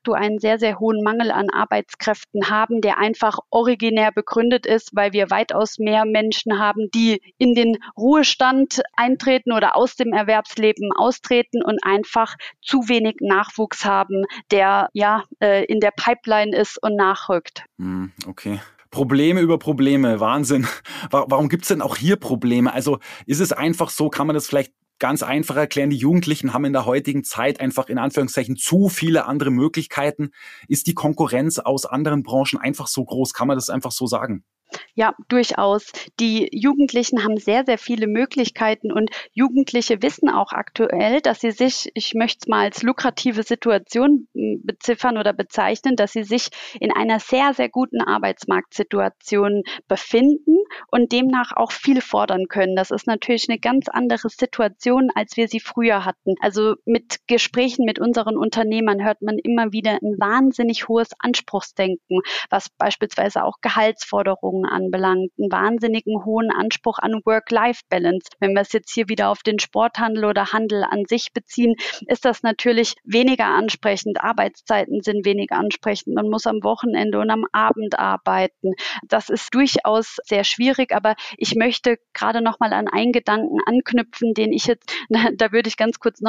hohen Mangel an Arbeitskräften haben, der einfach originär begründet ist, weil wir weitaus mehr Menschen haben, die in den Ruhestand eintreten oder aus dem Erwerbsleben austreten und einfach zu wenig Nachwuchs haben, der in der Pipeline ist und nachrückt. Okay. Probleme über Probleme, Wahnsinn. Warum gibt es denn auch hier Probleme? Also ist es einfach so, kann man das vielleicht ganz einfach erklären, die Jugendlichen haben in der heutigen Zeit einfach in Anführungszeichen zu viele andere Möglichkeiten. Ist die Konkurrenz aus anderen Branchen einfach so groß? Kann man das einfach so sagen? Ja, durchaus. Die Jugendlichen haben sehr, sehr viele Möglichkeiten und Jugendliche wissen auch aktuell, dass sie sich, ich möchte es mal als lukrative Situation beziffern oder bezeichnen, dass sie sich in einer sehr, sehr guten Arbeitsmarktsituation befinden und demnach auch viel fordern können. Das ist natürlich eine ganz andere Situation, als wir sie früher hatten. Also mit Gesprächen mit unseren Unternehmern hört man immer wieder ein wahnsinnig hohes Anspruchsdenken, was beispielsweise auch Gehaltsforderungen anbelangt, einen wahnsinnigen hohen Anspruch an Work-Life-Balance. Wenn wir es jetzt hier wieder auf den Sporthandel oder Handel an sich beziehen, ist das natürlich weniger ansprechend. Arbeitszeiten sind weniger ansprechend. Man muss am Wochenende und am Abend arbeiten. Das ist durchaus sehr schwierig, aber ich möchte gerade noch mal an einen Gedanken anknüpfen, den ich jetzt, da würde ich ganz kurz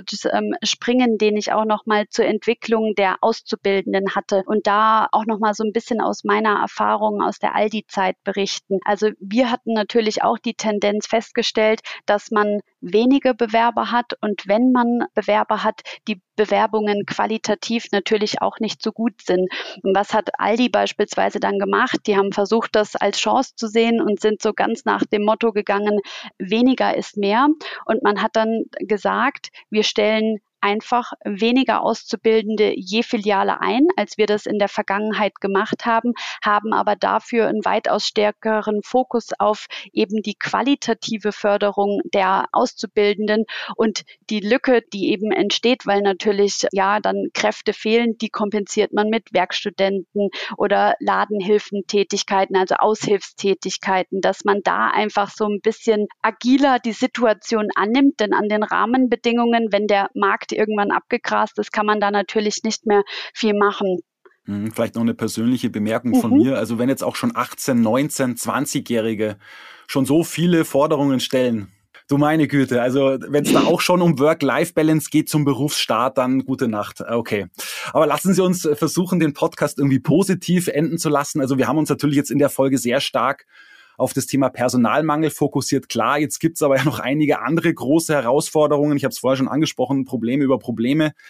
springen, den ich auch noch mal zur Entwicklung der Auszubildenden hatte und da auch noch mal so ein bisschen aus meiner Erfahrung aus der Aldi-Zeit berichten. Also wir hatten natürlich auch die Tendenz festgestellt, dass man wenige Bewerber hat und wenn man Bewerber hat, die Bewerbungen qualitativ natürlich auch nicht so gut sind. Und was hat Aldi beispielsweise dann gemacht? Die haben versucht, das als Chance zu sehen und sind so ganz nach dem Motto gegangen, weniger ist mehr. Und man hat dann gesagt, wir stellen einfach weniger Auszubildende je Filiale ein, als wir das in der Vergangenheit gemacht haben aber dafür einen weitaus stärkeren Fokus auf eben die qualitative Förderung der Auszubildenden und die Lücke, die eben entsteht, weil natürlich dann Kräfte fehlen, die kompensiert man mit Werkstudenten oder Ladenhilfentätigkeiten, also Aushilfstätigkeiten, dass man da einfach so ein bisschen agiler die Situation annimmt, denn an den Rahmenbedingungen, wenn der Markt irgendwann abgegrast ist, kann man da natürlich nicht mehr viel machen. Vielleicht noch eine persönliche Bemerkung von mir. Also wenn jetzt auch schon 18, 19, 20-Jährige schon so viele Forderungen stellen, du meine Güte, also wenn es da auch schon um Work-Life-Balance geht zum Berufsstart, dann gute Nacht. Okay. Aber lassen Sie uns versuchen, den Podcast irgendwie positiv enden zu lassen. Also wir haben uns natürlich jetzt in der Folge sehr stark auf das Thema Personalmangel fokussiert. Klar, jetzt gibt's aber ja noch einige andere große Herausforderungen. Ich habe es vorher schon angesprochen, Probleme über Probleme.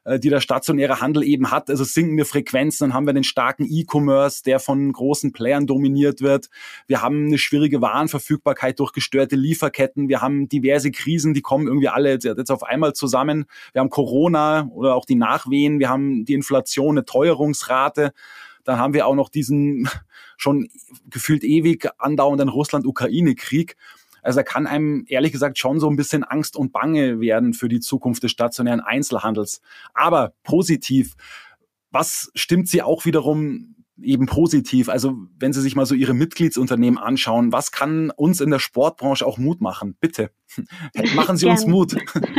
die der stationäre Handel eben hat, also sinkende Frequenzen, dann haben wir den starken E-Commerce, der von großen Playern dominiert wird. Wir haben eine schwierige Warenverfügbarkeit durch gestörte Lieferketten. Wir haben diverse Krisen, die kommen irgendwie alle jetzt auf einmal zusammen. Wir haben Corona oder auch die Nachwehen. Wir haben die Inflation, eine Teuerungsrate. Dann haben wir auch noch diesen schon gefühlt ewig andauernden Russland-Ukraine-Krieg. Also da kann einem ehrlich gesagt schon so ein bisschen Angst und Bange werden für die Zukunft des stationären Einzelhandels. Aber positiv, was stimmt Sie auch wiederum eben positiv? Also wenn Sie sich mal so Ihre Mitgliedsunternehmen anschauen, was kann uns in der Sportbranche auch Mut machen? Bitte, machen Sie uns Mut.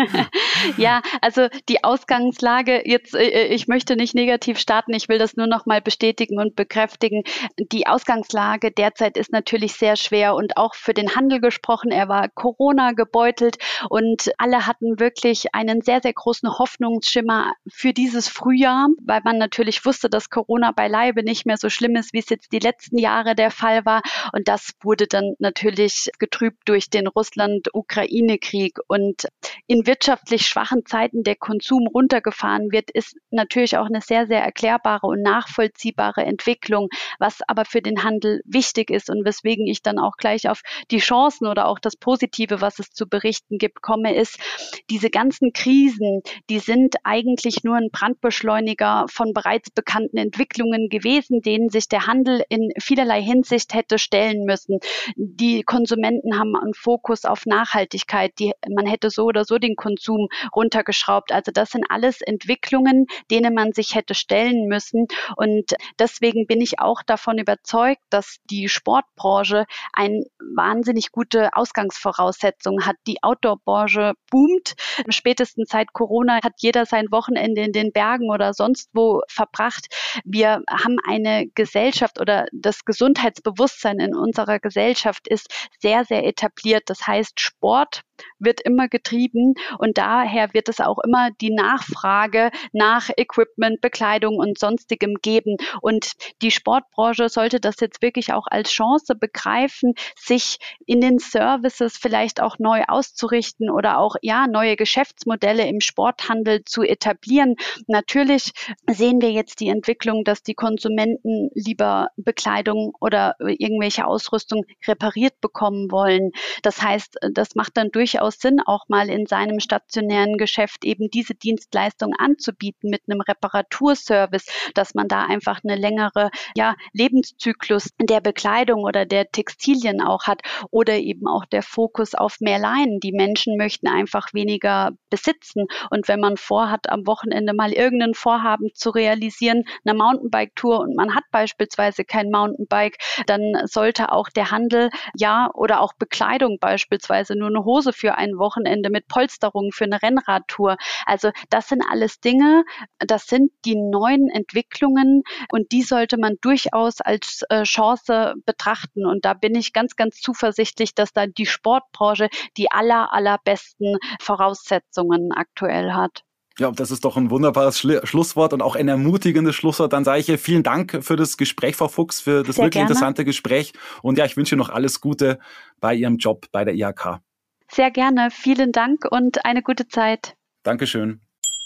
Ja, also die Ausgangslage, jetzt, ich möchte nicht negativ starten, ich will das nur noch mal bestätigen und bekräftigen. Die Ausgangslage derzeit ist natürlich sehr schwer und auch für den Handel gesprochen, er war Corona gebeutelt und alle hatten wirklich einen sehr, sehr großen Hoffnungsschimmer für dieses Frühjahr, weil man natürlich wusste, dass Corona beileibe nicht mehr so schlimm ist, wie es jetzt die letzten Jahre der Fall war. Und das wurde dann natürlich getrübt durch den Russland-Ukraine-Krieg. Und in wirtschaftlich schwachen Zeiten der Konsum runtergefahren wird, ist natürlich auch eine sehr, sehr erklärbare und nachvollziehbare Entwicklung, was aber für den Handel wichtig ist und weswegen ich dann auch gleich auf die Chancen oder auch das Positive, was es zu berichten gibt, komme, ist, diese ganzen Krisen, die sind eigentlich nur ein Brandbeschleuniger von bereits bekannten Entwicklungen gewesen, denen sich der Handel in vielerlei Hinsicht hätte stellen müssen. Die Konsumenten haben einen Fokus auf Nachhaltigkeit, man hätte so oder so den Konsum runtergeschraubt. Also das sind alles Entwicklungen, denen man sich hätte stellen müssen. Und deswegen bin ich auch davon überzeugt, dass die Sportbranche eine wahnsinnig gute Ausgangsvoraussetzung hat. Die Outdoor-Branche boomt. Spätestens seit Corona hat jeder sein Wochenende in den Bergen oder sonst wo verbracht. Wir haben eine Gesellschaft oder das Gesundheitsbewusstsein in unserer Gesellschaft ist sehr, sehr etabliert. Das heißt, Sport wird immer getrieben und daher wird es auch immer die Nachfrage nach Equipment, Bekleidung und Sonstigem geben. Und die Sportbranche sollte das jetzt wirklich auch als Chance begreifen, sich in den Services vielleicht auch neu auszurichten oder auch neue Geschäftsmodelle im Sporthandel zu etablieren. Natürlich sehen wir jetzt die Entwicklung, dass die Konsumenten lieber Bekleidung oder irgendwelche Ausrüstung repariert bekommen wollen. Das heißt, das macht dann durchaus Sinn, auch mal in seinem stationären Geschäft eben diese Dienstleistung anzubieten mit einem Reparaturservice, dass man da einfach eine längere Lebenszyklus der Bekleidung oder der Textilien auch hat oder eben auch der Fokus auf mehr Leihen. Die Menschen möchten einfach weniger besitzen und wenn man vorhat, am Wochenende mal irgendein Vorhaben zu realisieren, eine Mountainbike-Tour und man hat beispielsweise kein Mountainbike, dann sollte auch der Handel oder auch Bekleidung beispielsweise nur eine Hose für ein Wochenende mit Polsterung für eine Rennradtour. Also das sind alles Dinge, das sind die neuen Entwicklungen und die sollte man durchaus als Chance betrachten. Und da bin ich ganz, ganz zuversichtlich, dass da die Sportbranche die allerbesten Voraussetzungen aktuell hat. Ja, das ist doch ein wunderbares Schlusswort und auch ein ermutigendes Schlusswort. Dann sage ich vielen Dank für das Gespräch, Frau Fuchs, für das wirklich interessante Gespräch. Und ich wünsche noch alles Gute bei Ihrem Job bei der IHK. Sehr gerne. Vielen Dank und eine gute Zeit. Dankeschön.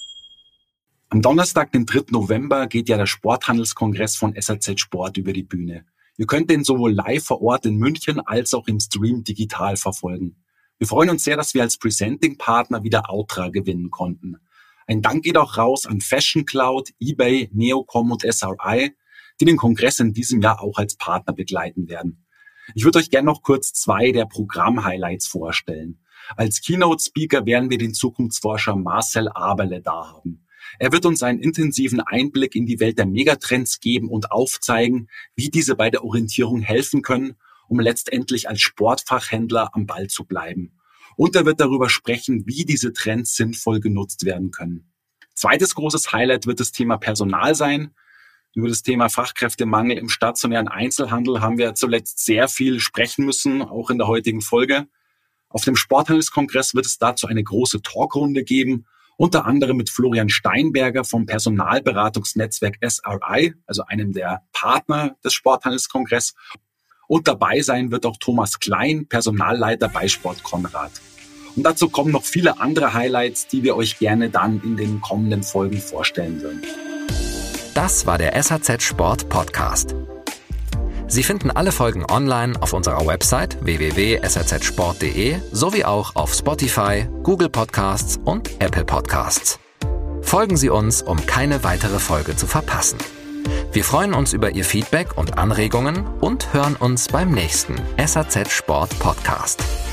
Am Donnerstag, den 3. November, geht ja der Sporthandelskongress von SAZ Sport über die Bühne. Ihr könnt den sowohl live vor Ort in München als auch im Stream digital verfolgen. Wir freuen uns sehr, dass wir als Presenting-Partner wieder Outra gewinnen konnten. Ein Dank geht auch raus an Fashion Cloud, eBay, Neocom und SRI, die den Kongress in diesem Jahr auch als Partner begleiten werden. Ich würde euch gerne noch kurz 2 der Programm-Highlights vorstellen. Als Keynote-Speaker werden wir den Zukunftsforscher Marcel Aberle da haben. Er wird uns einen intensiven Einblick in die Welt der Megatrends geben und aufzeigen, wie diese bei der Orientierung helfen können, um letztendlich als Sportfachhändler am Ball zu bleiben. Und er wird darüber sprechen, wie diese Trends sinnvoll genutzt werden können. Zweites großes Highlight wird das Thema Personal sein. Über das Thema Fachkräftemangel im stationären Einzelhandel haben wir zuletzt sehr viel sprechen müssen, auch in der heutigen Folge. Auf dem Sporthandelskongress wird es dazu eine große Talkrunde geben, unter anderem mit Florian Steinberger vom Personalberatungsnetzwerk SRI, also einem der Partner des Sporthandelskongresses. Und dabei sein wird auch Thomas Klein, Personalleiter bei Sport Konrad. Und dazu kommen noch viele andere Highlights, die wir euch gerne dann in den kommenden Folgen vorstellen würden. Das war der SAZ Sport Podcast. Sie finden alle Folgen online auf unserer Website www.sazsport.de sowie auch auf Spotify, Google Podcasts und Apple Podcasts. Folgen Sie uns, um keine weitere Folge zu verpassen. Wir freuen uns über Ihr Feedback und Anregungen und hören uns beim nächsten SAZ Sport Podcast.